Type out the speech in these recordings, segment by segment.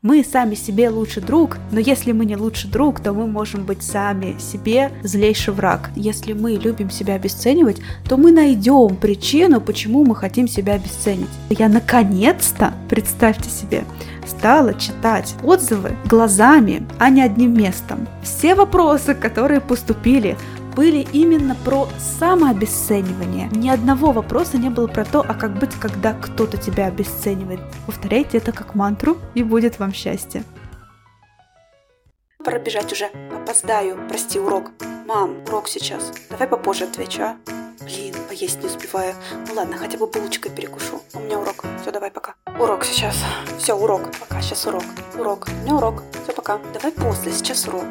Мы сами себе лучший друг, но если мы не лучший друг, то мы можем быть сами себе злейший враг. Если мы любим себя обесценивать, то мы найдем причину, почему мы хотим себя обесценить. Я наконец-то, представьте себе, стала читать отзывы глазами, а не одним местом. Все вопросы, которые поступили, были именно про самообесценивание. Ни одного вопроса не было про то, а как быть, когда кто-то тебя обесценивает. Повторяйте это как мантру, и будет вам счастье. Пора бежать уже. Опоздаю. Прости, урок. Мам, урок сейчас. Давай попозже отвечу, а? Блин, поесть не успеваю. Ну ладно, хотя бы булочкой перекушу. У меня урок. Все, давай, пока. Урок сейчас. Все, урок. Пока, сейчас урок. Урок. У меня урок. Все, пока. Давай после, сейчас урок.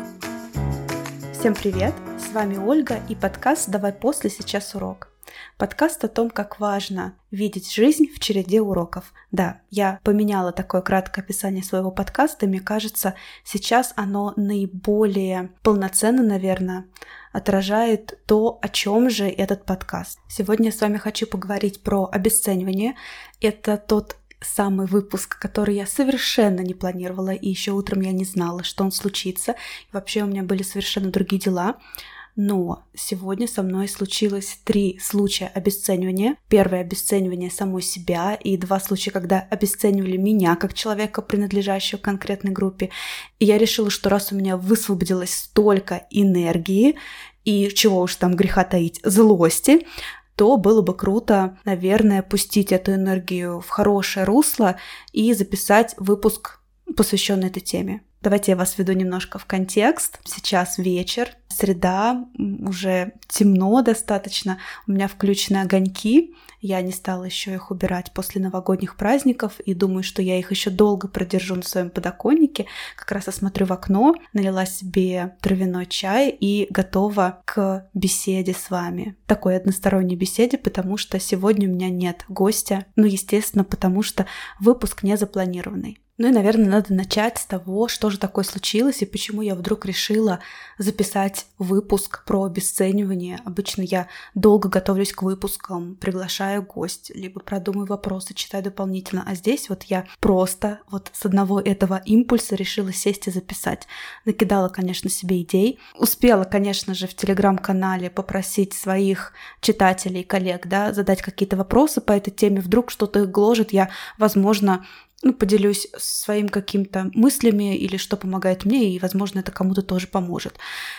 Всем привет! С вами Ольга и подкаст «Давай после, сейчас урок». Подкаст о том, как важно видеть жизнь в череде уроков. Да, я поменяла такое краткое описание своего подкаста, и мне кажется, сейчас оно наиболее полноценно, наверное, отражает то, о чем же этот подкаст. Сегодня я с вами хочу поговорить про обесценивание. Это тот самый выпуск, который я совершенно не планировала, и еще утром я не знала, что он случится. И вообще у меня были совершенно другие дела. Но сегодня со мной случилось 3 случая обесценивания. Первое — обесценивание самой себя, и 2 случая, когда обесценивали меня как человека, принадлежащего к конкретной группе. И я решила, что раз у меня высвободилось столько энергии, и чего уж там греха таить, злости, то было бы круто, наверное, пустить эту энергию в хорошее русло и записать выпуск, посвященный этой теме. Давайте я вас введу немножко в контекст. Сейчас вечер, среда, уже темно достаточно. У меня включены огоньки. Я не стала еще их убирать после новогодних праздников и думаю, что я их еще долго продержу на своем подоконнике. Как раз я смотрю в окно, налила себе травяной чай и готова к беседе с вами. Такой односторонней беседе, потому что сегодня у меня нет гостя. Ну, естественно, потому что выпуск не запланированный. Ну и, наверное, надо начать с того, что же такое случилось и почему я вдруг решила записать выпуск про обесценивание. Обычно я долго готовлюсь к выпускам, приглашаю гостя, либо продумаю вопросы, читаю дополнительно. А здесь вот я просто вот с одного этого импульса решила сесть и записать. Накидала, конечно, себе идей. Успела, конечно же, в телеграм-канале попросить своих читателей, коллег, да, задать какие-то вопросы по этой теме. Вдруг что-то их гложет, я, возможно, поделюсь своим какими-то мыслями или что помогает мне, и, возможно, это кому-то тоже поможет.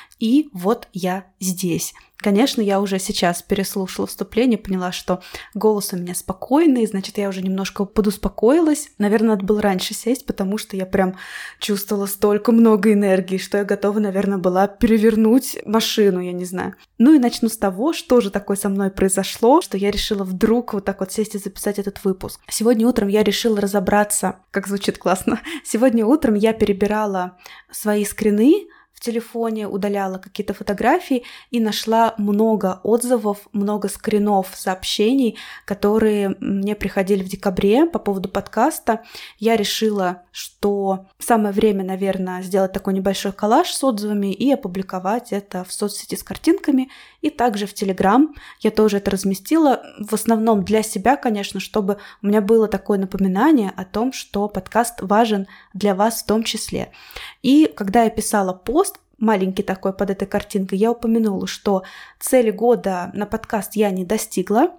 И вот я здесь. Конечно, я уже сейчас переслушала вступление, поняла, что голос у меня спокойный, значит, я уже немножко подуспокоилась. Наверное, надо было раньше сесть, потому что я прям чувствовала столько много энергии, что я готова, наверное, была перевернуть машину, я не знаю. Ну и начну с того, что же такое со мной произошло, что я решила вдруг вот так вот сесть и записать этот выпуск. Сегодня утром я решила разобраться, как звучит классно. Сегодня утром я перебирала свои скрины в телефоне, удаляла какие-то фотографии и нашла много отзывов, много скринов, сообщений, которые мне приходили в декабре по поводу подкаста. Я решила, что самое время, наверное, сделать такой небольшой коллаж с отзывами и опубликовать это в соцсети с картинками, и также в Телеграм. Я тоже это разместила, в основном для себя, конечно, чтобы у меня было такое напоминание о том, что подкаст важен для вас в том числе. И когда я писала пост, маленький такой под этой картинкой, я упомянула, что цели года на подкаст я не достигла,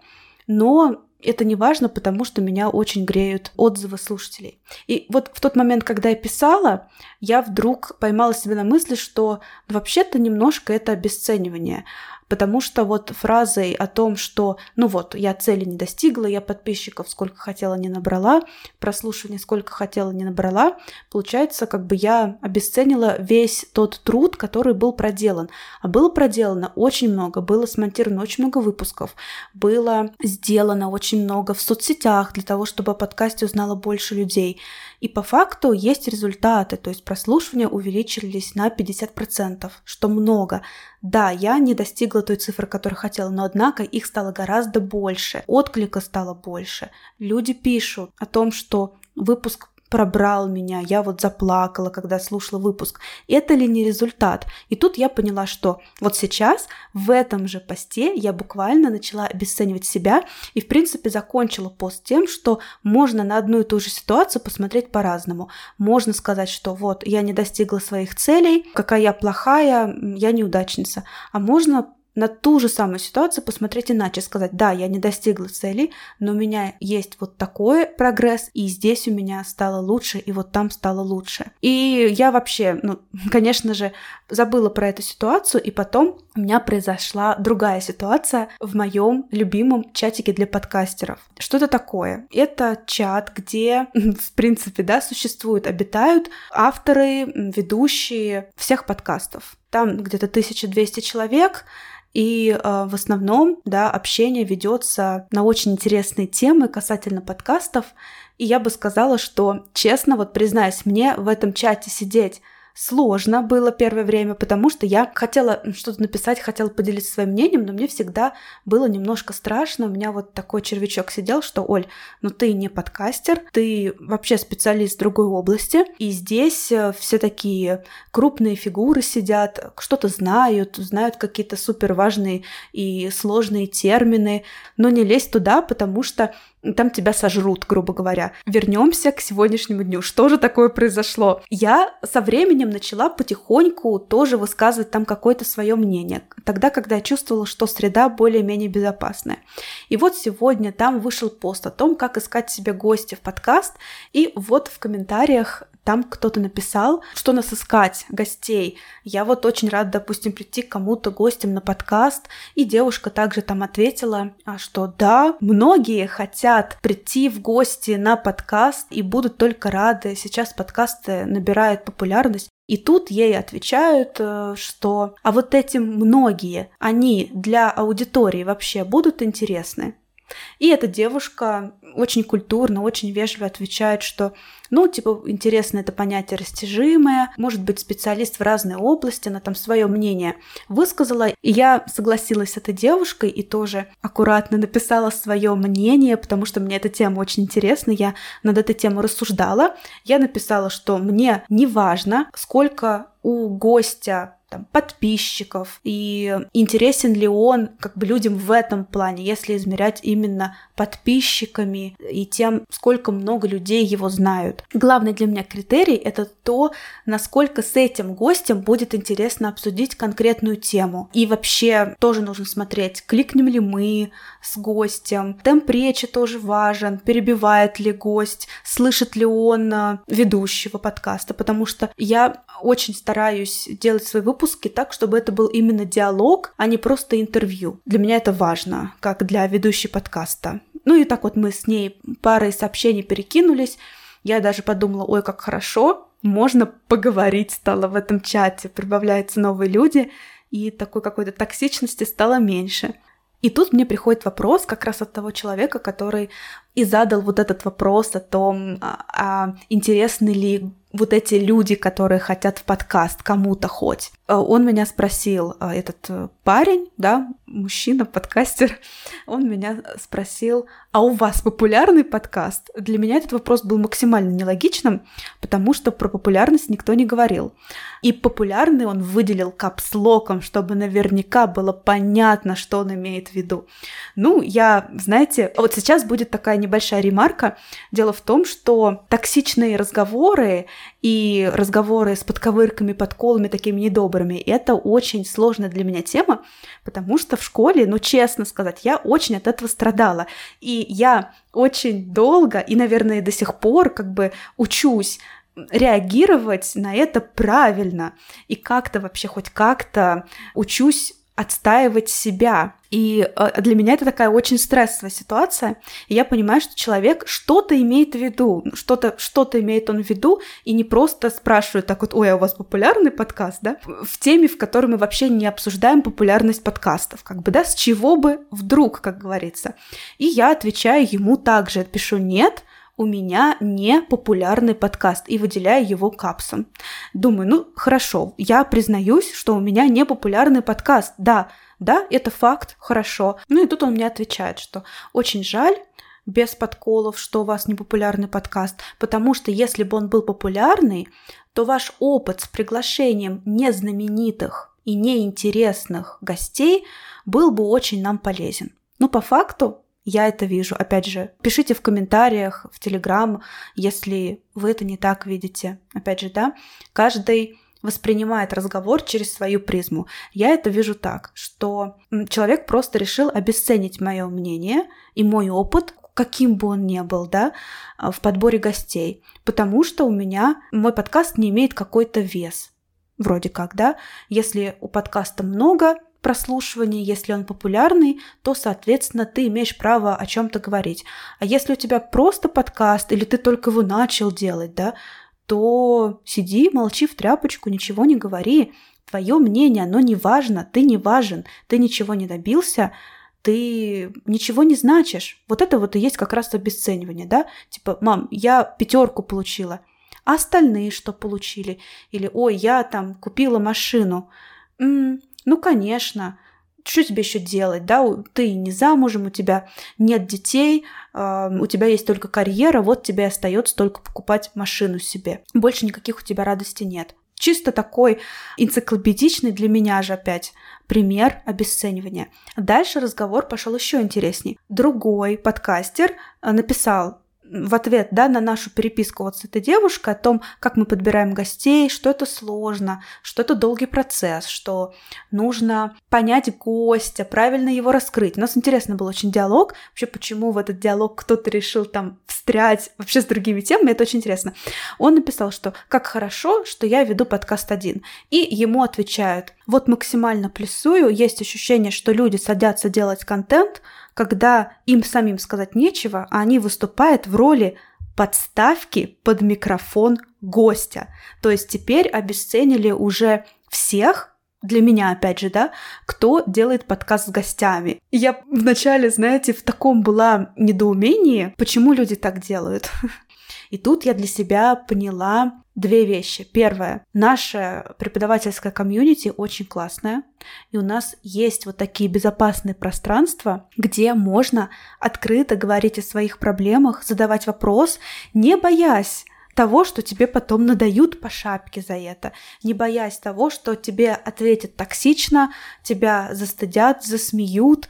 но это не важно, потому что меня очень греют отзывы слушателей. И вот в тот момент, когда я писала, я вдруг поймала себя на мысли, что вообще-то немножко это обесценивание. Потому что вот фразой о том, что ну вот, я цели не достигла, я подписчиков сколько хотела не набрала, прослушиваний сколько хотела не набрала, получается, как бы я обесценила весь тот труд, который был проделан. А было проделано очень много, было смонтировано очень много выпусков, было сделано очень много в соцсетях для того, чтобы о подкасте узнало больше людей. И по факту есть результаты, то есть прослушивания увеличились на 50%, что много. Да, я не достигла той цифры, которую хотела, но однако их стало гораздо больше, отклика стало больше. Люди пишут о том, что выпуск пробрал меня, я вот заплакала, когда слушала выпуск. Это ли не результат? И тут я поняла, что вот сейчас в этом же посте я буквально начала обесценивать себя и, в принципе, закончила пост тем, что можно на одну и ту же ситуацию посмотреть по-разному. Можно сказать, что вот я не достигла своих целей, какая я плохая, я неудачница. А можно на ту же самую ситуацию посмотреть иначе, сказать, да, я не достигла цели, но у меня есть вот такой прогресс, и здесь у меня стало лучше, и вот там стало лучше. И я вообще, конечно же, забыла про эту ситуацию, и потом у меня произошла другая ситуация в моем любимом чатике для подкастеров. Что это такое? Это чат, где, в принципе, существуют, обитают авторы, ведущие всех подкастов. Там где-то 1200 человек, и в основном, общение ведется на очень интересные темы касательно подкастов. И я бы сказала, что, честно, вот признаюсь, мне в этом чате сидеть сложно было первое время, потому что я хотела что-то написать, хотела поделиться своим мнением, но мне всегда было немножко страшно. У меня вот такой червячок сидел, что, Оль, ты не подкастер, ты вообще специалист в другой области, и здесь все такие крупные фигуры сидят, что-то знают какие-то супер важные и сложные термины, но не лезь туда, потому что там тебя сожрут, грубо говоря. Вернемся к сегодняшнему дню. Что же такое произошло? Я со временем начала потихоньку тоже высказывать там какое-то свое мнение. Тогда, когда я чувствовала, что среда более-менее безопасная. И вот сегодня там вышел пост о том, как искать себе гостя в подкаст. И вот в комментариях там кто-то написал, что нас искать, гостей. Я вот очень рада, допустим, прийти к кому-то гостем на подкаст. И девушка также там ответила, что да, многие хотят прийти в гости на подкаст и будут только рады. Сейчас подкасты набирают популярность. И тут ей отвечают, что а вот эти многие, они для аудитории вообще будут интересны? И эта девушка очень культурно, очень вежливо отвечает, что, интересно это понятие растяжимое, может быть, специалист в разной области, она там свое мнение высказала. И я согласилась с этой девушкой и тоже аккуратно написала свое мнение, потому что мне эта тема очень интересна, я над этой темой рассуждала. Я написала, что мне не важно, сколько у гостя подписчиков, и интересен ли он людям в этом плане, если измерять именно подписчиками и тем, сколько много людей его знают. Главный для меня критерий — это то, насколько с этим гостем будет интересно обсудить конкретную тему. И вообще тоже нужно смотреть, кликнем ли мы с гостем, темп речи тоже важен, перебивает ли гость, слышит ли он ведущего подкаста, потому что я очень стараюсь делать свои выпуски так, чтобы это был именно диалог, а не просто интервью. Для меня это важно, как для ведущей подкаста. И так вот мы с ней парой сообщений перекинулись. Я даже подумала, ой, как хорошо, можно поговорить стало в этом чате, прибавляются новые люди, и такой какой-то токсичности стало меньше. И тут мне приходит вопрос как раз от того человека, который и задал вот этот вопрос о том, интересны ли вот эти люди, которые хотят в подкаст, кому-то хоть. Он меня спросил, этот парень, мужчина, подкастер, он меня спросил, а у вас популярный подкаст? Для меня этот вопрос был максимально нелогичным, потому что про популярность никто не говорил. И популярный он выделил капслоком, чтобы наверняка было понятно, что он имеет в виду. Вот сейчас будет такая небольшая ремарка. Дело в том, что токсичные разговоры и разговоры с подковырками, подколами такими недобрыми, это очень сложная для меня тема, потому что в школе, честно сказать, я очень от этого страдала. И я очень долго и, наверное, до сих пор учусь реагировать на это правильно. И как-то вообще хоть как-то учусь отстаивать себя. И для меня это такая очень стрессовая ситуация. И я понимаю, что человек что-то имеет в виду, что-то имеет он в виду, и не просто спрашивает так вот, ой, а у вас популярный подкаст, в теме, в которой мы вообще не обсуждаем популярность подкастов, с чего бы вдруг, как говорится. И я отвечаю ему также, пишу, нет, у меня не популярный подкаст, и выделяю его капсом. Думаю, хорошо, я признаюсь, что у меня не популярный подкаст, да, это факт, хорошо. И тут он мне отвечает, что очень жаль, без подколов, что у вас не популярный подкаст, потому что если бы он был популярный, то ваш опыт с приглашением незнаменитых и неинтересных гостей был бы очень нам полезен. Но по факту я это вижу. Опять же, пишите в комментариях, в Телеграм, если вы это не так видите. Опять же, да, каждый воспринимает разговор через свою призму. Я это вижу так, что человек просто решил обесценить мое мнение и мой опыт, каким бы он ни был, да, в подборе гостей, потому что у меня мой подкаст не имеет какой-то вес. Вроде как, да. Если у подкаста много прослушиваний, если он популярный, то, соответственно, ты имеешь право о чем-то говорить. А если у тебя просто подкаст, или ты только его начал делать, да, то сиди, молчи в тряпочку, ничего не говори. Твое мнение, оно не важно, ты не важен, ты ничего не добился, ты ничего не значишь. Вот это вот и есть как раз обесценивание, да? Типа, мам, я 5 получила, а остальные что получили? Или, ой, я там купила машину. Ну, конечно, что тебе еще делать, да? Ты не замужем, у тебя нет детей, у тебя есть только карьера, вот тебе остается только покупать машину себе. Больше никаких у тебя радостей нет. Чисто такой энциклопедичный для меня же опять пример обесценивания. Дальше разговор пошел еще интересней. Другой подкастер написал в ответ, да, на нашу переписку вот с этой девушкой о том, как мы подбираем гостей, что это сложно, что это долгий процесс, что нужно понять гостя, правильно его раскрыть. У нас интересный был очень диалог, вообще почему в этот диалог кто-то решил там встрять вообще с другими темами, это очень интересно. Он написал, что как хорошо, что я веду подкаст один. И ему отвечают, вот максимально плюсую, есть ощущение, что люди садятся делать контент, когда им самим сказать нечего, а они выступают в роли подставки под микрофон гостя. То есть теперь обесценили уже всех, для меня опять же, да, кто делает подкаст с гостями. Я вначале, знаете, в таком была недоумении, почему люди так делают. И тут я для себя поняла 2 вещи. Первое. Наша преподавательская комьюнити очень классная. И у нас есть вот такие безопасные пространства, где можно открыто говорить о своих проблемах, задавать вопрос, не боясь того, что тебе потом надают по шапке за это, не боясь того, что тебе ответят токсично, тебя застыдят, засмеют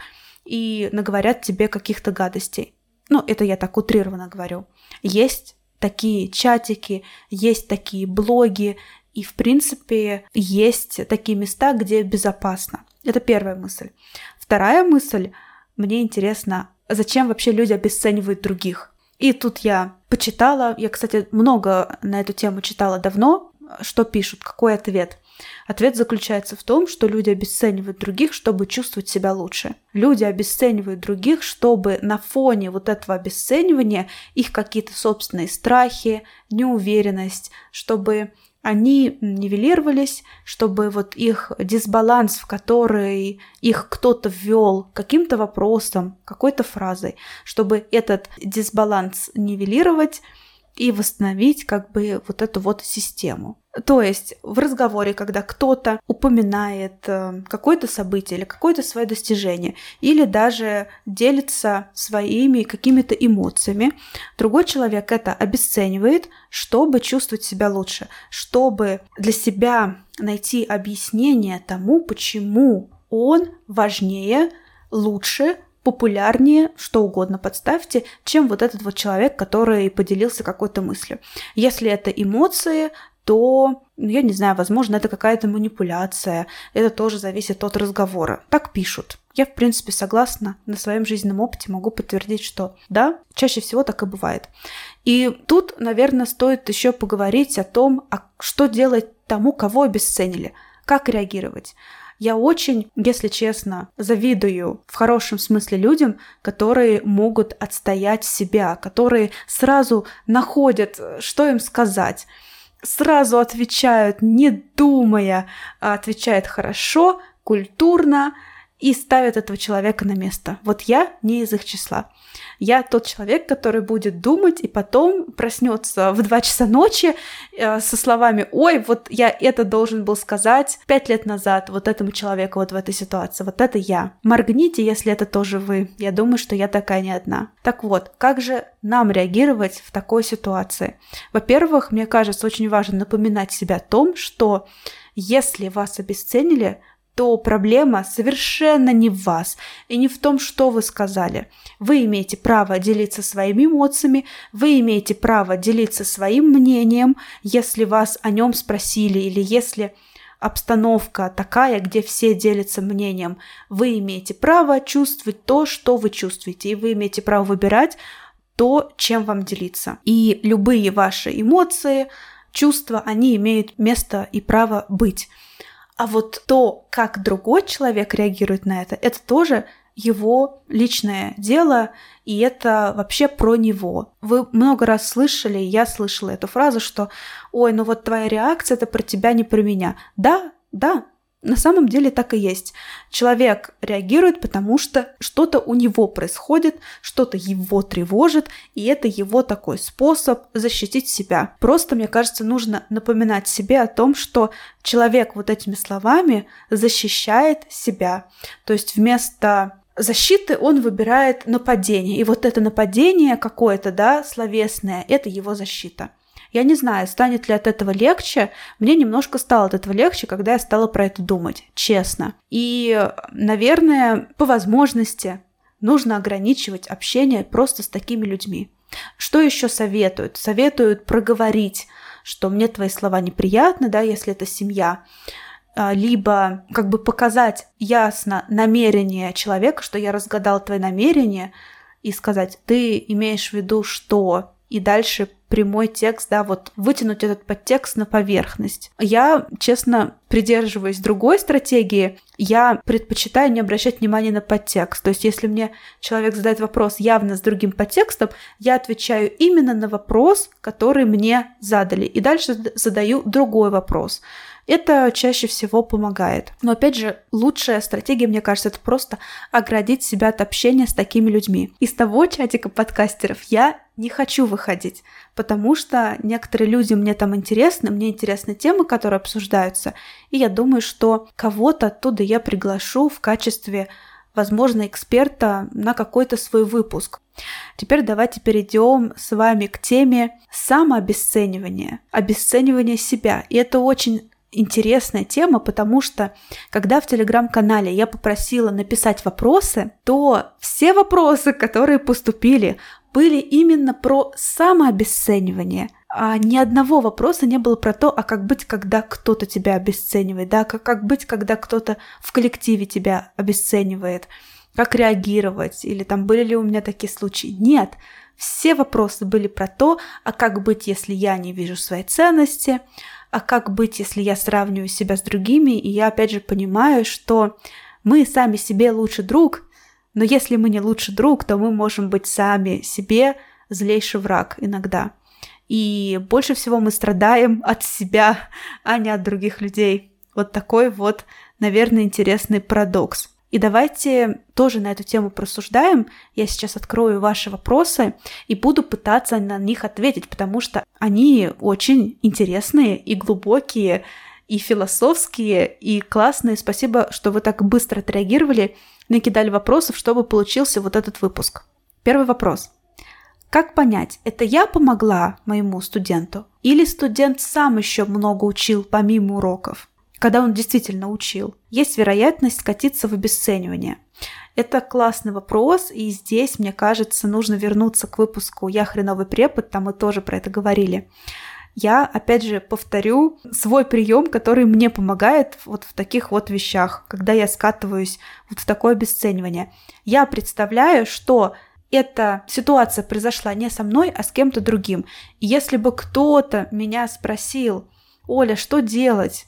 и наговорят тебе каких-то гадостей. Ну, это я так утрированно говорю. Есть такие чатики, есть такие блоги, и, в принципе, есть такие места, где безопасно. Это первая мысль. Вторая мысль, мне интересно, зачем вообще люди обесценивают других? И тут я почитала, я, кстати, много на эту тему читала давно, что пишут, какой ответ. Ответ заключается в том, что люди обесценивают других, чтобы чувствовать себя лучше. Люди обесценивают других, чтобы на фоне вот этого обесценивания их какие-то собственные страхи, неуверенность, чтобы они нивелировались, чтобы вот их дисбаланс, в который их кто-то ввел каким-то вопросом, какой-то фразой, чтобы этот дисбаланс нивелировать и восстановить как бы вот эту вот систему. То есть в разговоре, когда кто-то упоминает какое-то событие или какое-то свое достижение, или даже делится своими какими-то эмоциями, другой человек это обесценивает, чтобы чувствовать себя лучше, чтобы для себя найти объяснение тому, почему он важнее, лучше, популярнее, что угодно подставьте, чем вот этот вот человек, который поделился какой-то мыслью. Если это эмоции, то, я не знаю, возможно, это какая-то манипуляция, это тоже зависит от разговора. Так пишут. Я, в принципе, согласна, на своем жизненном опыте могу подтвердить, что да, чаще всего так и бывает. И тут, наверное, стоит еще поговорить о том, что делать тому, кого обесценили, как реагировать. Я очень, если честно, завидую в хорошем смысле людям, которые могут отстоять себя, которые сразу находят, что им сказать, сразу отвечают, не думая, отвечают хорошо, культурно и ставят этого человека на место. Вот я не из их числа. Я тот человек, который будет думать и потом проснется в 2 часа ночи со словами: «Ой, вот я это должен был сказать 5 лет назад вот этому человеку вот в этой ситуации». Вот это я. Моргните, если это тоже вы. Я думаю, что я такая не одна. Так вот, как же нам реагировать в такой ситуации? Во-первых, мне кажется, очень важно напоминать себе о том, что если вас обесценили, то проблема совершенно не в вас и не в том, что вы сказали. Вы имеете право делиться своими эмоциями, вы имеете право делиться своим мнением, если вас о нем спросили или если обстановка такая, где все делятся мнением. Вы имеете право чувствовать то, что вы чувствуете, и вы имеете право выбирать то, чем вам делиться. И любые ваши эмоции, чувства, они имеют место и право быть. А вот то, как другой человек реагирует на это тоже его личное дело, и это вообще про него. Вы много раз слышали, я слышала эту фразу, что «Ой, ну вот твоя реакция, это про тебя, не про меня». Да, на самом деле так и есть. Человек реагирует, потому что что-то у него происходит, что-то его тревожит, и это его такой способ защитить себя. Просто, мне кажется, нужно напоминать себе о том, что человек вот этими словами защищает себя. То есть вместо защиты он выбирает нападение. И вот это нападение какое-то, словесное, это его защита. Я не знаю, станет ли от этого легче. Мне немножко стало от этого легче, когда я стала про это думать, честно. И, наверное, по возможности нужно ограничивать общение просто с такими людьми. Что еще советуют? Советуют проговорить, что мне твои слова неприятны, если это семья. Либо показать ясно намерение человека, что я разгадал твои намерения, и сказать: ты имеешь в виду что? И дальше прямой текст, вытянуть этот подтекст на поверхность. Я, честно, придерживаюсь другой стратегии. Я предпочитаю не обращать внимания на подтекст. То есть, если мне человек задает вопрос явно с другим подтекстом, я отвечаю именно на вопрос, который мне задали, и дальше задаю другой вопрос. Это чаще всего помогает. Но опять же, лучшая стратегия, мне кажется, это просто оградить себя от общения с такими людьми. Из того чатика подкастеров я не хочу выходить, потому что некоторые люди мне там интересны, мне интересны темы, которые обсуждаются, и я думаю, что кого-то оттуда я приглашу в качестве, возможно, эксперта на какой-то свой выпуск. Теперь давайте перейдем с вами к теме самообесценивания, обесценивания себя. И это очень интересная тема, потому что когда в телеграм-канале я попросила написать вопросы, то все вопросы, которые поступили, были именно про самообесценивание. А ни одного вопроса не было про то, а как быть, когда кто-то тебя обесценивает, как быть, когда кто-то в коллективе тебя обесценивает, как реагировать, или там были ли у меня такие случаи. Нет, все вопросы были про то, а как быть, если я не вижу своей ценности, а как быть, если я сравниваю себя с другими, и я опять же понимаю, что мы сами себе лучший друг, но если мы не лучший друг, то мы можем быть сами себе злейший враг иногда. И больше всего мы страдаем от себя, а не от других людей. Вот такой наверное, интересный парадокс. И давайте тоже на эту тему просуждаем. Я сейчас открою ваши вопросы и буду пытаться на них ответить, потому что они очень интересные и глубокие, и философские, и классные. Спасибо, что вы так быстро отреагировали, накидали вопросов, чтобы получился этот выпуск. Первый вопрос. Как понять, это я помогла моему студенту? Или студент сам еще много учил помимо уроков? Когда он действительно учил, есть вероятность скатиться в обесценивание. Это классный вопрос, и здесь, мне кажется, нужно вернуться к выпуску «Я хреновый препод», там мы тоже про это говорили. Я, опять же, повторю свой прием, который мне помогает в таких вещах, когда я скатываюсь в такое обесценивание. Я представляю, что эта ситуация произошла не со мной, а с кем-то другим. И если бы кто-то меня спросил: «Оля, что делать?»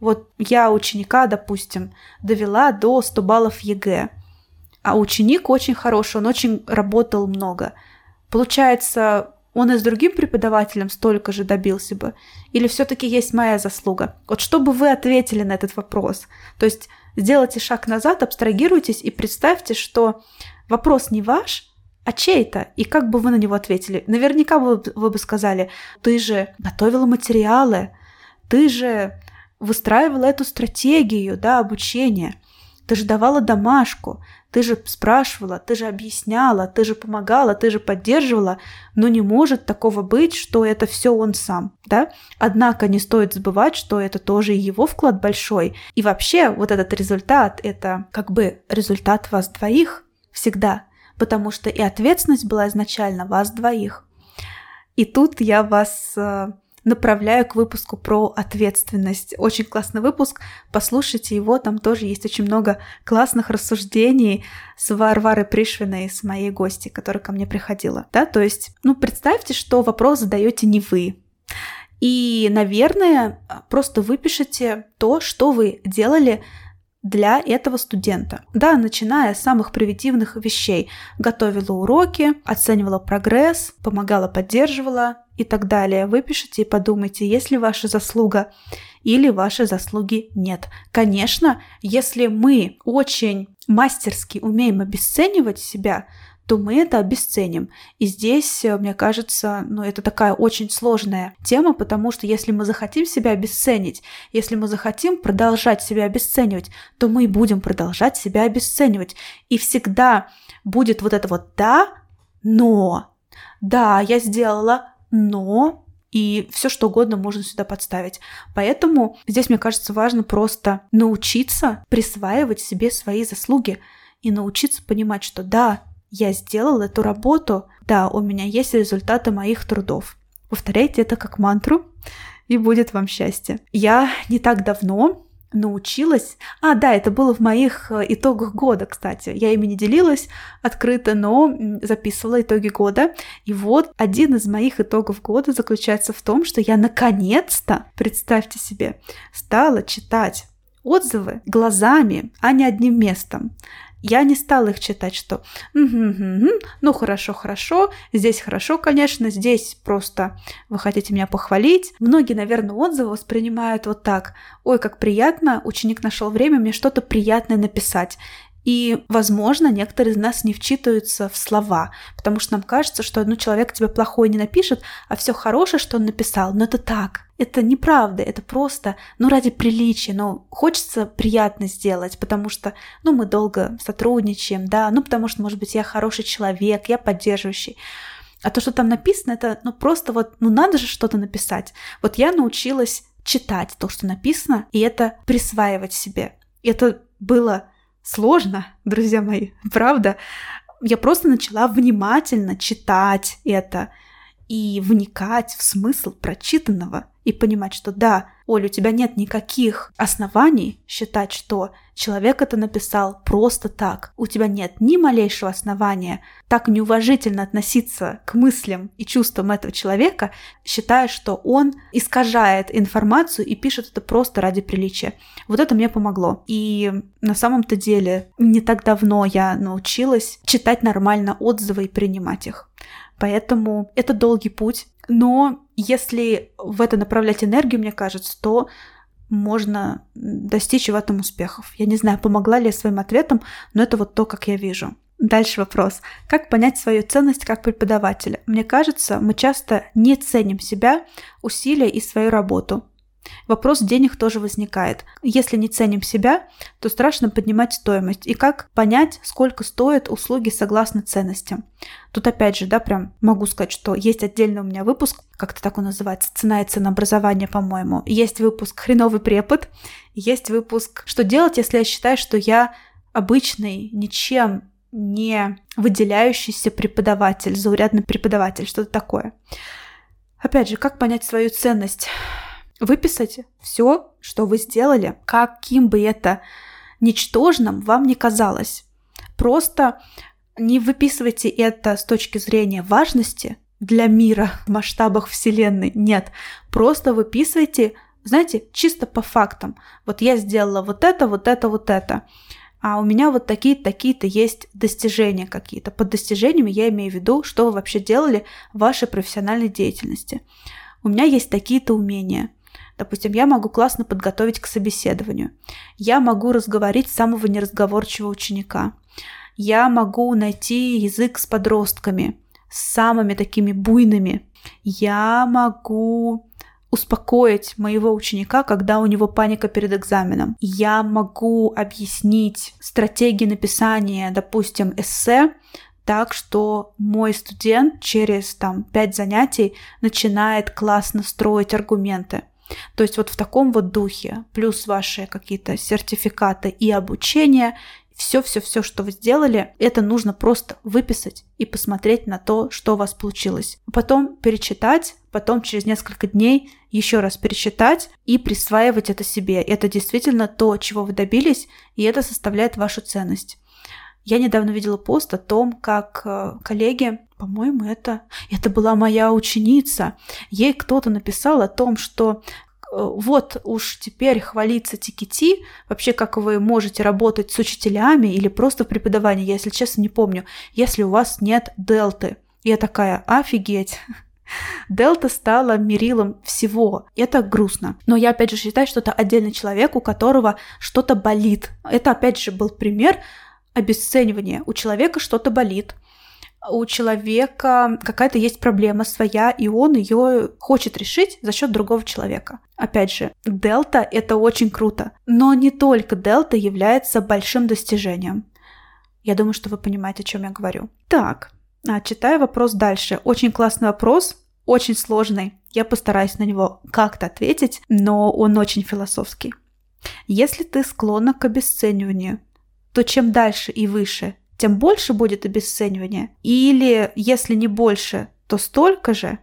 Я ученика, допустим, довела до 100 баллов ЕГЭ, а ученик очень хороший, он очень работал много. Получается, он и с другим преподавателем столько же добился бы? Или все-таки есть моя заслуга? Что бы вы ответили на этот вопрос? То есть Сделайте шаг назад, абстрагируйтесь и представьте, что вопрос не ваш, а чей-то, и как бы вы на него ответили? Наверняка вы бы сказали: ты же готовила материалы, ты же выстраивала эту стратегию, да, обучения, ты же давала домашку, ты же спрашивала, ты же объясняла, ты же помогала, ты же поддерживала, но не может такого быть, что это все он сам, да? Однако не стоит забывать, что это тоже его вклад большой, и вообще вот этот результат, это как бы результат вас двоих всегда, потому что и ответственность была изначально вас двоих. И тут я вас направляю к выпуску про ответственность. Очень классный выпуск, послушайте его, там тоже есть очень много классных рассуждений с Варварой Пришвиной, с моей гостьей, которая ко мне приходила. Да? То есть, представьте, что вопрос задаете не вы. И, наверное, просто выпишите то, что вы делали для этого студента. Да, начиная с самых примитивных вещей. Готовила уроки, оценивала прогресс, помогала, поддерживала и так далее. Выпишите и подумайте, есть ли ваша заслуга или вашей заслуги нет. Конечно, если мы очень мастерски умеем обесценивать себя, то мы это обесценим. И здесь, мне кажется, это такая очень сложная тема, потому что если мы захотим себя обесценить, если мы захотим продолжать себя обесценивать, то мы и будем продолжать себя обесценивать. И всегда будет вот это вот «да, но», «да, я сделала, но», и все что угодно можно сюда подставить. Поэтому здесь, мне кажется, важно просто научиться присваивать себе свои заслуги и научиться понимать, что да, я сделала эту работу, да, у меня есть результаты моих трудов. Повторяйте это как мантру, и будет вам счастье. Я не так давно научилась... это было в моих итогах года, кстати. Я ими не делилась открыто, но записывала итоги года. И вот один из моих итогов года заключается в том, что я наконец-то, представьте себе, стала читать отзывы глазами, а не одним местом. Я не стала их читать, что хорошо, здесь хорошо, конечно, здесь просто вы хотите меня похвалить. Многие, наверное, отзывы воспринимают вот так: ой, как приятно, ученик нашел время мне что-то приятное написать. И, возможно, некоторые из нас не вчитываются в слова, потому что нам кажется, что человек тебе плохое не напишет, а все хорошее, что он написал. Но это так. Это неправда, это просто, ради приличия, хочется приятно сделать, потому что, мы долго сотрудничаем, да, потому что, может быть, я хороший человек, я поддерживающий. А то, что там написано, это, просто надо же что-то написать. Вот я научилась читать то, что написано, и это присваивать себе. И это было сложно, друзья мои, правда. Я просто начала внимательно читать это и вникать в смысл прочитанного и понимать, что да, Оля, у тебя нет никаких оснований считать, что человек это написал просто так. У тебя нет ни малейшего основания так неуважительно относиться к мыслям и чувствам этого человека, считая, что он искажает информацию и пишет это просто ради приличия. Вот это мне помогло. И на самом-то деле не так давно я научилась читать нормально отзывы и принимать их. Поэтому это долгий путь. Но если в это направлять энергию, мне кажется, то можно достичь в этом успехов. Я не знаю, помогла ли я своим ответом, но это вот то, как я вижу. Дальше вопрос. Как понять свою ценность как преподавателя? Мне кажется, мы часто не ценим себя, усилия и свою работу. Вопрос денег тоже возникает. Если не ценим себя, то страшно поднимать стоимость. И как понять, сколько стоят услуги согласно ценностям? Тут опять же, прям могу сказать, что есть отдельный у меня выпуск, как-то так он называется, «Цена и ценообразование», по-моему. Есть выпуск «Хреновый препод», есть выпуск «Что делать, если я считаю, что я обычный, ничем не выделяющийся преподаватель, заурядный преподаватель», что-то такое. Опять же, как понять свою ценность? Выписать все, что вы сделали, каким бы это ничтожным вам ни казалось. Просто не выписывайте это с точки зрения важности для мира в масштабах Вселенной. Нет, просто выписывайте, знаете, чисто по фактам. Вот я сделала вот это, а у меня вот такие-то есть достижения какие-то. Под достижениями я имею в виду, что вы вообще делали в вашей профессиональной деятельности. У меня есть такие-то умения. Допустим, я могу классно подготовить к собеседованию. Я могу разговорить самого неразговорчивого ученика. Я могу найти язык с подростками, с самыми такими буйными. Я могу успокоить моего ученика, когда у него паника перед экзаменом. Я могу объяснить стратегии написания, допустим, эссе, так что мой студент через 5 занятий начинает классно строить аргументы. То есть вот в таком вот духе, плюс ваши какие-то сертификаты и обучение, все, что вы сделали, это нужно просто выписать и посмотреть на то, что у вас получилось. Потом перечитать, потом через несколько дней еще раз перечитать и присваивать это себе. Это действительно то, чего вы добились, и это составляет вашу ценность. Я недавно видела пост о том, как коллеги, по-моему, это была моя ученица, ей кто-то написал о том, что вот уж теперь хвалиться TKT, вообще как вы можете работать с учителями или просто в преподавании, я, если честно, не помню, если у вас нет дельты. Я такая, офигеть. Дельта стала мерилом всего. Это грустно. Но я опять же считаю, что это отдельный человек, у которого что-то болит. Это опять же был пример обесценивания. У человека что-то болит. У человека какая-то есть проблема своя, и он ее хочет решить за счет другого человека. Опять же, дельта — это очень круто. Но не только дельта является большим достижением. Я думаю, что вы понимаете, о чем я говорю. Так, читаю вопрос дальше. Очень классный вопрос, очень сложный. Я постараюсь на него как-то ответить, но он очень философский. Если ты склонна к обесцениванию, то чем дальше и выше, тем больше будет обесценивание? Или, если не больше, то столько же?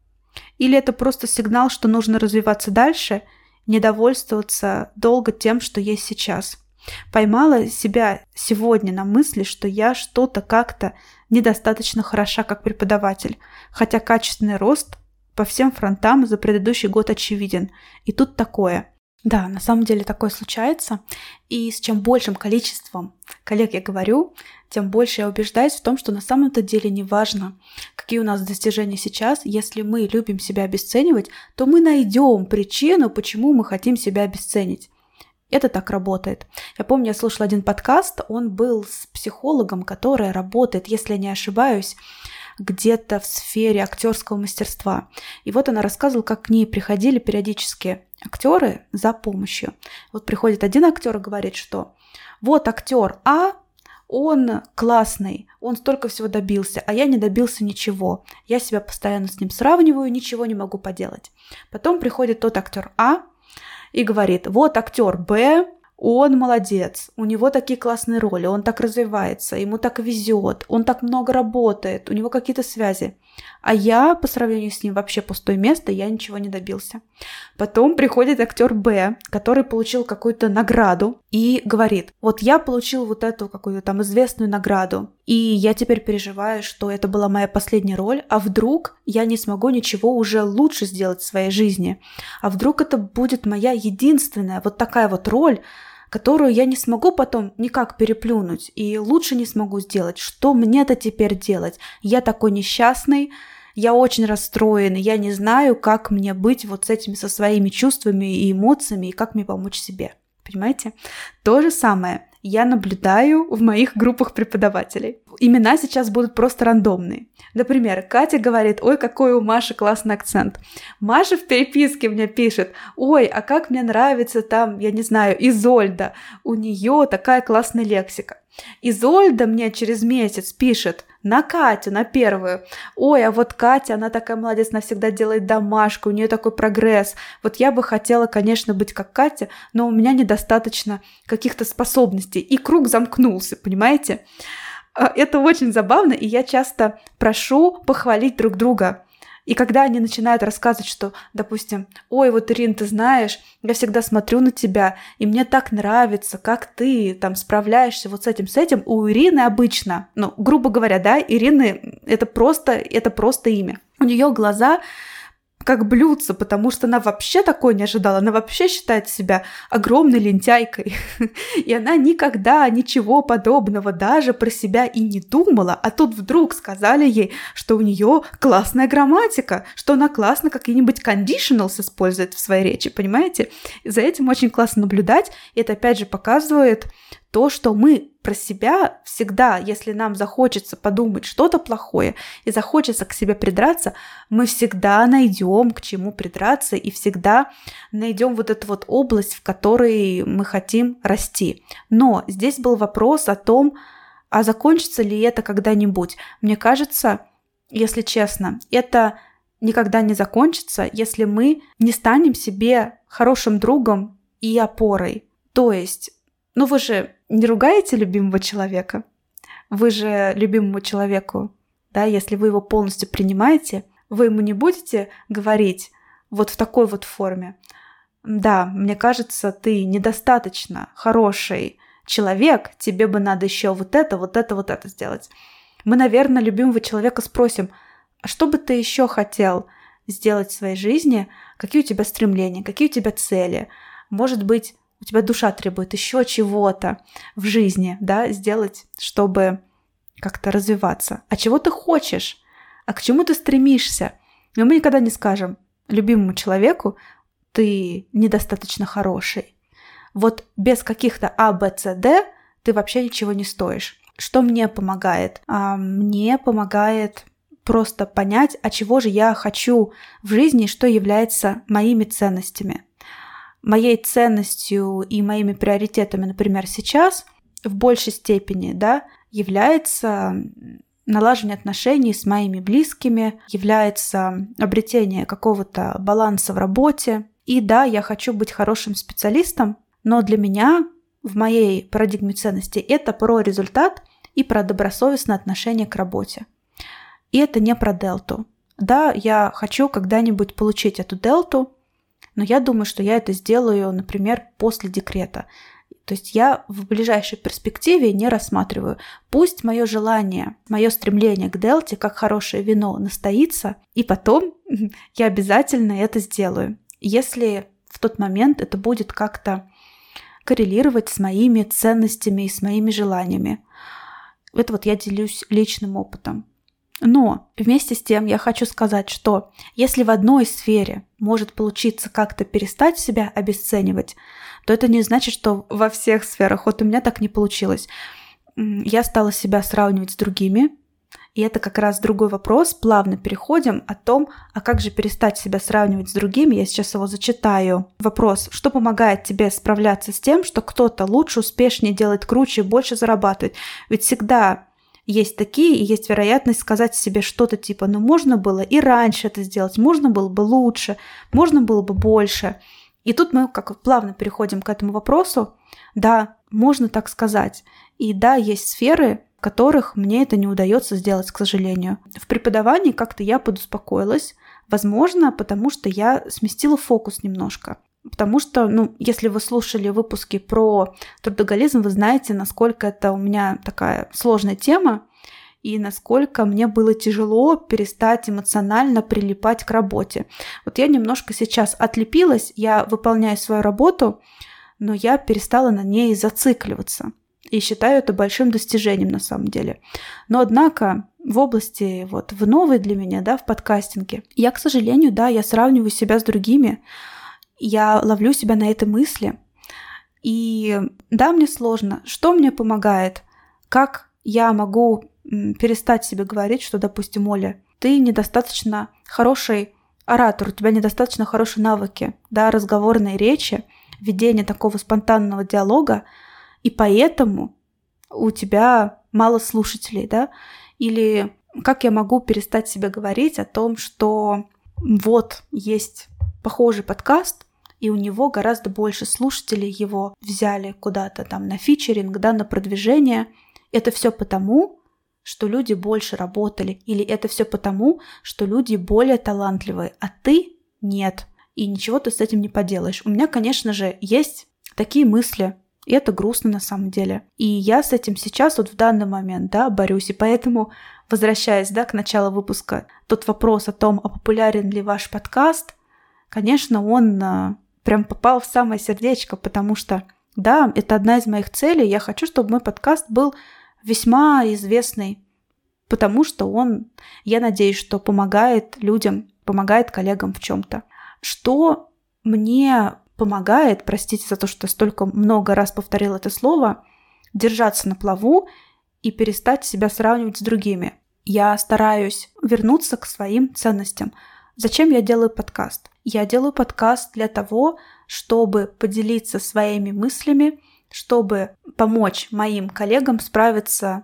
Или это просто сигнал, что нужно развиваться дальше, не довольствоваться долго тем, что есть сейчас? Поймала себя сегодня на мысли, что я что-то как-то недостаточно хороша как преподаватель, хотя качественный рост по всем фронтам за предыдущий год очевиден. И тут такое. Да, на самом деле такое случается, и с чем большим количеством коллег я говорю, тем больше я убеждаюсь в том, что на самом-то деле не важно, какие у нас достижения сейчас. Если мы любим себя обесценивать, то мы найдем причину, почему мы хотим себя обесценить. Это так работает. Я помню, я слушала один подкаст, он был с психологом, которая работает, если я не ошибаюсь, где-то в сфере актерского мастерства. И вот она рассказывала, как к ней приходили периодически актеры за помощью. Вот приходит один актер и говорит, что вот актер А, он классный, он столько всего добился, а я не добился ничего. Я себя постоянно с ним сравниваю, ничего не могу поделать. Потом приходит тот актер А и говорит, вот актер Б, он молодец, у него такие классные роли, он так развивается, ему так везет, он так много работает, у него какие-то связи. А я, по сравнению с ним, вообще пустое место, я ничего не добился. Потом приходит актер Б, который получил какую-то награду и говорит, вот я получил вот эту какую-то там известную награду, и я теперь переживаю, что это была моя последняя роль, а вдруг я не смогу ничего уже лучше сделать в своей жизни, а вдруг это будет моя единственная вот такая вот роль, которую я не смогу потом никак переплюнуть и лучше не смогу сделать. Что мне-то теперь делать? Я такой несчастный, я очень расстроен, я не знаю, как мне быть вот с этими, со своими чувствами и эмоциями, и как мне помочь себе. Понимаете? То же самое я наблюдаю в моих группах преподавателей. Имена сейчас будут просто рандомные. Например, Катя говорит, ой, какой у Маши классный акцент. Маша в переписке мне пишет, ой, а как мне нравится там, я не знаю, Изольда, у нее такая классная лексика. Изольда мне через месяц пишет на Катю, на первую. Ой, а вот Катя, она такая молодец, она всегда делает домашку, у нее такой прогресс. Вот я бы хотела, конечно, быть как Катя, но у меня недостаточно каких-то способностей. И круг замкнулся, понимаете? Это очень забавно, и я часто прошу похвалить друг друга. И когда они начинают рассказывать, что, допустим, ой, вот, Ирин, ты знаешь, я всегда смотрю на тебя, и мне так нравится, как ты там справляешься вот с этим. У Ирины обычно, грубо говоря, да, Ирины это просто имя. У нее глаза как блюдце, потому что она вообще такое не ожидала. Она вообще считает себя огромной лентяйкой. И она никогда ничего подобного даже про себя и не думала. А тут вдруг сказали ей, что у нее классная грамматика, что она классно какие-нибудь conditionals использует в своей речи, понимаете? И за этим очень классно наблюдать. И это опять же показывает то, что мы про себя всегда, если нам захочется подумать что-то плохое и захочется к себе придраться, мы всегда найдем к чему придраться и всегда найдем вот эту вот область, в которой мы хотим расти. Но здесь был вопрос о том, а закончится ли это когда-нибудь. Мне кажется, если честно, это никогда не закончится, если мы не станем себе хорошим другом и опорой. То есть, вы же не ругаете любимого человека? Вы же любимому человеку, да, если вы его полностью принимаете, вы ему не будете говорить вот в такой вот форме: да, мне кажется, ты недостаточно хороший человек, тебе бы надо еще вот это сделать. Мы, наверное, любимого человека спросим: а что бы ты еще хотел сделать в своей жизни? Какие у тебя стремления, какие у тебя цели? Может быть, у тебя душа требует еще чего-то в жизни, да, сделать, чтобы как-то развиваться. А чего ты хочешь? А к чему ты стремишься? Но мы никогда не скажем любимому человеку: ты недостаточно хороший. Вот без каких-то А, Б, С, Д ты вообще ничего не стоишь. Что мне помогает? Мне помогает просто понять, а чего же я хочу в жизни, что является моими ценностями. Моей ценностью и моими приоритетами, например, сейчас в большей степени, да, является налаживание отношений с моими близкими, является обретение какого-то баланса в работе. И да, я хочу быть хорошим специалистом, но для меня в моей парадигме ценностей это про результат и про добросовестное отношение к работе. И это не про дельту. Да, я хочу когда-нибудь получить эту дельту, но я думаю, что я это сделаю, например, после декрета. То есть я в ближайшей перспективе не рассматриваю. Пусть мое желание, мое стремление к дельте, как хорошее вино, настоится, и потом я обязательно это сделаю, если в тот момент это будет как-то коррелировать с моими ценностями и с моими желаниями. Это вот я делюсь личным опытом. Но вместе с тем я хочу сказать, что если в одной сфере может получиться как-то перестать себя обесценивать, то это не значит, что во всех сферах. Вот у меня так не получилось. Я стала себя сравнивать с другими, и это как раз другой вопрос. Плавно переходим о том, а как же перестать себя сравнивать с другими. Я сейчас его зачитаю. Вопрос: что помогает тебе справляться с тем, что кто-то лучше, успешнее, делает круче, больше зарабатывает? Ведь всегда есть такие, и есть вероятность сказать себе что-то типа: можно было и раньше это сделать, можно было бы лучше, можно было бы больше. И тут мы как плавно переходим к этому вопросу. Да, можно так сказать. И да, есть сферы, в которых мне это не удается сделать, к сожалению. В преподавании как-то я подуспокоилась. Возможно, потому что я сместила фокус немножко. Потому что, если вы слушали выпуски про трудоголизм, вы знаете, насколько это у меня такая сложная тема и насколько мне было тяжело перестать эмоционально прилипать к работе. Вот я немножко сейчас отлепилась, я выполняю свою работу, но я перестала на ней зацикливаться. И считаю это большим достижением на самом деле. Но однако в области, в новой для меня, да, в подкастинге, я, к сожалению, да, я сравниваю себя с другими, я ловлю себя на этой мысли. И да, мне сложно. Что мне помогает? Как я могу перестать себе говорить, что, допустим, Оля, ты недостаточно хороший оратор, у тебя недостаточно хорошие навыки, да, разговорной речи, ведения такого спонтанного диалога, и поэтому у тебя мало слушателей, да? Или как я могу перестать себе говорить о том, что вот есть похожий подкаст, и у него гораздо больше слушателей, его взяли куда-то там на фичеринг, да, на продвижение. Это все потому, что люди больше работали, или это все потому, что люди более талантливые, а ты нет, и ничего ты с этим не поделаешь. У меня, конечно же, есть такие мысли, И это грустно на самом деле. И я с этим сейчас вот в данный момент, да, борюсь. И поэтому, возвращаясь, да, к началу выпуска, тот вопрос о том, а популярен ли ваш подкаст, конечно, он прям попал в самое сердечко, потому что, да, это одна из моих целей. Я хочу, чтобы мой подкаст был весьма известный, потому что он, я надеюсь, что помогает людям, помогает коллегам в чем-то. Что мне помогает, простите за то, что столько много раз повторила это слово, держаться на плаву и перестать себя сравнивать с другими. Я стараюсь вернуться к своим ценностям. Зачем я делаю подкаст? Я делаю подкаст для того, чтобы поделиться своими мыслями, чтобы помочь моим коллегам справиться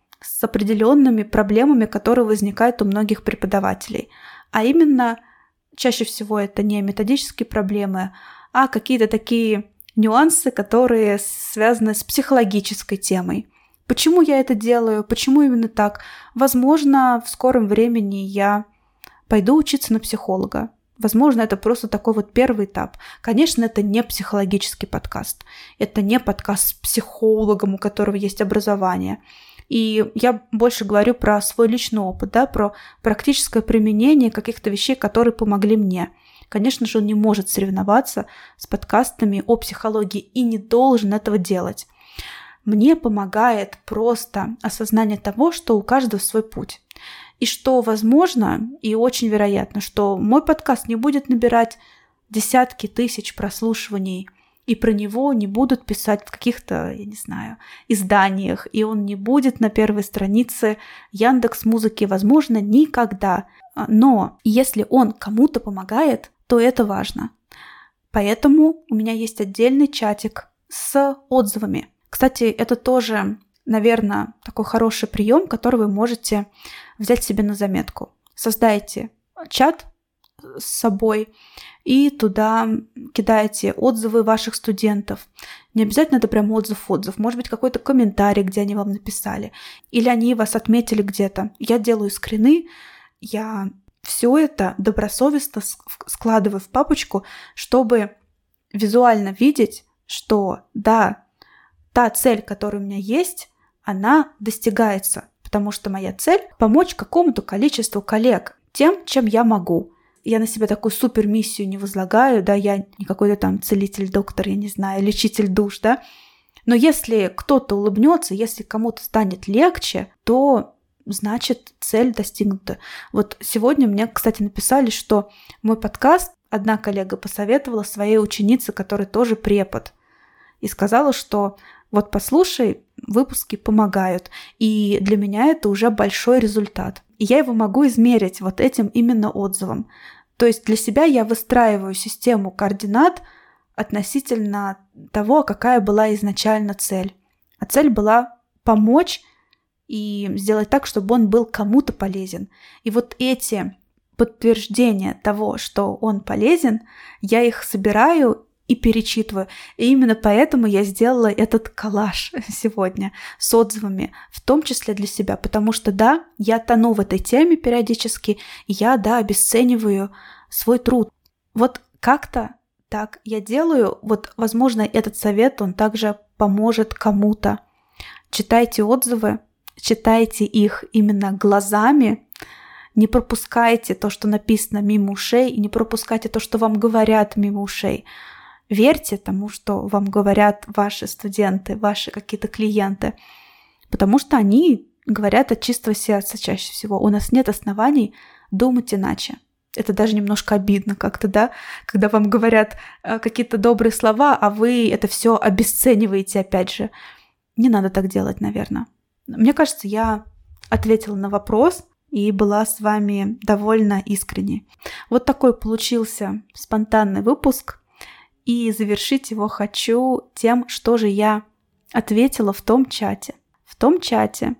с определенными проблемами, которые возникают у многих преподавателей. А именно, чаще всего это не методические проблемы, а какие-то такие нюансы, которые связаны с психологической темой. Почему я это делаю? Почему именно так? Возможно, в скором времени я пойду учиться на психолога. Возможно, это просто такой вот первый этап. Конечно, это не психологический подкаст. Это не подкаст с психологом, у которого есть образование. И я больше говорю про свой личный опыт, да, про практическое применение каких-то вещей, которые помогли мне. Конечно же, он не может соревноваться с подкастами о психологии и не должен этого делать. Мне помогает просто осознание того, что у каждого свой путь. И что возможно, и очень вероятно, что мой подкаст не будет набирать десятки тысяч прослушиваний, и про него не будут писать в каких-то, я не знаю, изданиях, и он не будет на первой странице Яндекс.Музыки, возможно, никогда. Но если он кому-то помогает, то это важно. Поэтому у меня есть отдельный чатик с отзывами. Кстати, это тоже, наверное, такой хороший прием, который вы можете взять себе на заметку. Создайте чат с собой и туда кидаете отзывы ваших студентов. Не обязательно это прям отзыв. Может быть, какой-то комментарий, где они вам написали. Или они вас отметили где-то. Я делаю скрины, я все это добросовестно складываю в папочку, чтобы визуально видеть, что да, та цель, которая у меня есть, она достигается. Потому что моя цель – помочь какому-то количеству коллег тем, чем я могу. Я на себя такую супер миссию не возлагаю, да, я не какой-то там целитель, доктор, я не знаю, лечитель душ, да. Но если кто-то улыбнется, если кому-то станет легче, то значит цель достигнута. Вот сегодня мне, кстати, написали, что мой подкаст одна коллега посоветовала своей ученице, которая тоже препод, и сказала, что вот послушай, выпуски помогают. И для меня это уже большой результат. И я его могу измерить вот этим именно отзывом. То есть для себя я выстраиваю систему координат относительно того, какая была изначально цель. А цель была помочь и сделать так, чтобы он был кому-то полезен. И вот эти подтверждения того, что он полезен, я их собираю и перечитываю. И именно поэтому я сделала этот коллаж сегодня с отзывами, в том числе для себя. Потому что, да, я тону в этой теме периодически, и я, да, обесцениваю свой труд. Вот как-то так я делаю. Вот, возможно, этот совет, он также поможет кому-то. Читайте отзывы, читайте их именно глазами, не пропускайте то, что написано мимо ушей, и не пропускайте то, что вам говорят мимо ушей. Верьте тому, что вам говорят ваши студенты, ваши какие-то клиенты, потому что они говорят от чистого сердца чаще всего. У нас нет оснований думать иначе. Это даже немножко обидно как-то, да, когда вам говорят какие-то добрые слова, а вы это все обесцениваете опять же. Не надо так делать, наверное. Мне кажется, я ответила на вопрос и была с вами довольно искренней. Вот такой получился спонтанный выпуск. И завершить его хочу тем, что же я ответила в том чате. В том чате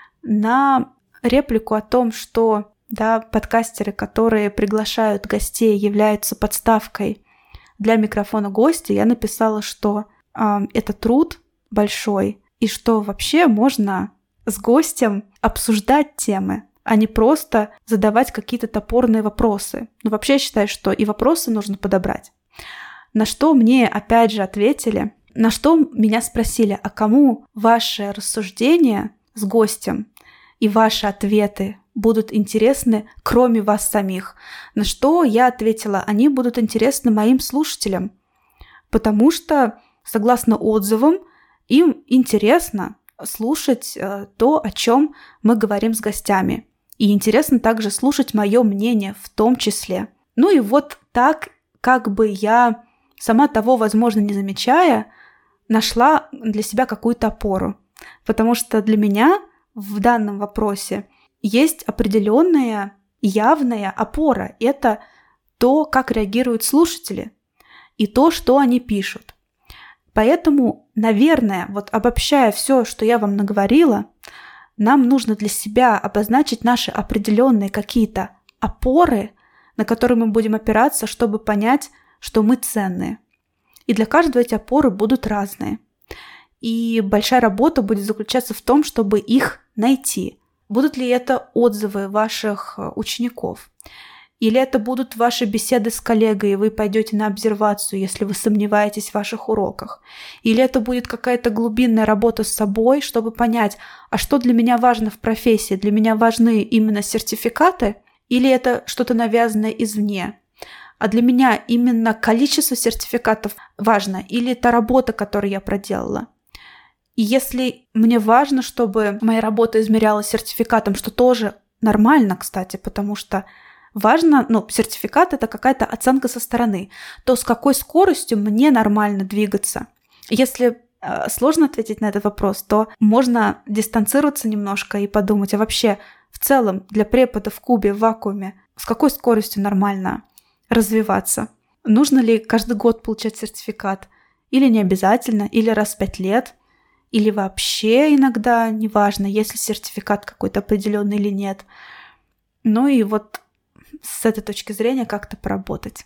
на реплику о том, что да, подкастеры, которые приглашают гостей, являются подставкой для микрофона гостя, я написала, что это труд большой, и что вообще можно с гостем обсуждать темы, а не просто задавать какие-то топорные вопросы. Но вообще я считаю, что и вопросы нужно подобрать. На что мне опять же ответили, На что меня спросили, а кому ваши рассуждения с гостем и ваши ответы будут интересны, кроме вас самих? На что я ответила, они будут интересны моим слушателям, потому что, согласно отзывам, им интересно слушать то, о чем мы говорим с гостями. И интересно также слушать мое мнение в том числе. Ну и вот так, как бы я, сама того, возможно, не замечая, нашла для себя какую-то опору. Потому что для меня в данном вопросе есть определенная явная опора. Это то, как реагируют слушатели, и то, что они пишут. Поэтому, наверное, вот обобщая все, что я вам наговорила, нам нужно для себя обозначить наши определенные какие-то опоры, на которые мы будем опираться, чтобы понять, что мы ценные. И для каждого эти опоры будут разные. И большая работа будет заключаться в том, чтобы их найти. Будут ли это отзывы ваших учеников? Или это будут ваши беседы с коллегой, и вы пойдете на обсервацию, если вы сомневаетесь в ваших уроках? Или это будет какая-то глубинная работа с собой, чтобы понять, а что для меня важно в профессии? Для меня важны именно сертификаты? Или это что-то навязанное извне? А для меня именно количество сертификатов важно? Или та работа, которую я проделала? И если мне важно, чтобы моя работа измерялась сертификатом, что тоже нормально, кстати, потому что важно, сертификат — это какая-то оценка со стороны, то с какой скоростью мне нормально двигаться. Если сложно ответить на этот вопрос, то можно дистанцироваться немножко и подумать, а вообще в целом для препода в кубе, в вакууме, с какой скоростью нормально развиваться? Нужно ли каждый год получать сертификат? Или не обязательно? Или раз в 5 лет? Или вообще иногда, неважно, есть ли сертификат какой-то определенный или нет. Ну и вот с этой точки зрения как-то поработать.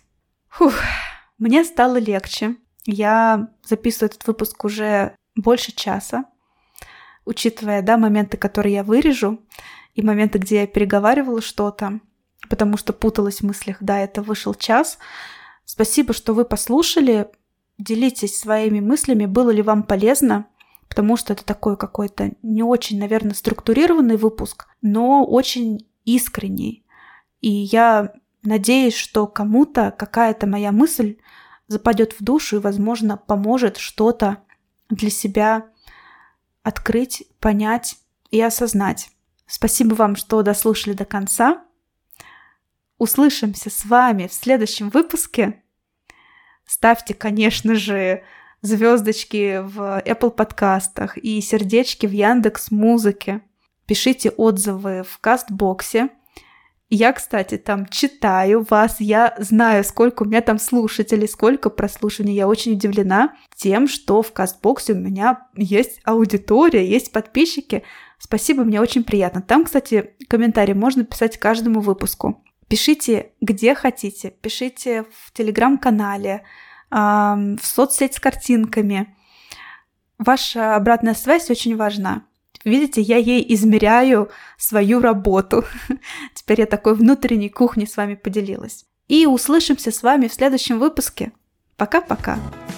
Мне стало легче. Я записываю этот выпуск уже больше часа, учитывая, моменты, которые я вырежу, и моменты, где я переговаривала что-то, потому что путалась в мыслях. Это вышел час. Спасибо, что вы послушали. Делитесь своими мыслями, было ли вам полезно, потому что это такой какой-то не очень, наверное, структурированный выпуск, но очень искренний. И я надеюсь, что кому-то какая-то моя мысль западет в душу и, возможно, поможет что-то для себя открыть, понять и осознать. Спасибо вам, что дослушали до конца. Услышимся с вами в следующем выпуске. Ставьте, конечно же, звездочки в Apple подкастах и сердечки в Яндекс.Музыке. Пишите отзывы в Кастбоксе. Я, кстати, там читаю вас, я знаю, сколько у меня там слушателей, сколько прослушиваний. Я очень удивлена тем, что в Кастбоксе у меня есть аудитория, есть подписчики. Спасибо, мне очень приятно. Там, кстати, комментарии можно писать к каждому выпуску. Пишите, где хотите, пишите в Телеграм-канале, в соцсеть с картинками. Ваша обратная связь очень важна. Видите, я ей измеряю свою работу. Теперь я такой внутренней кухней с вами поделилась. И услышимся с вами в следующем выпуске. Пока-пока.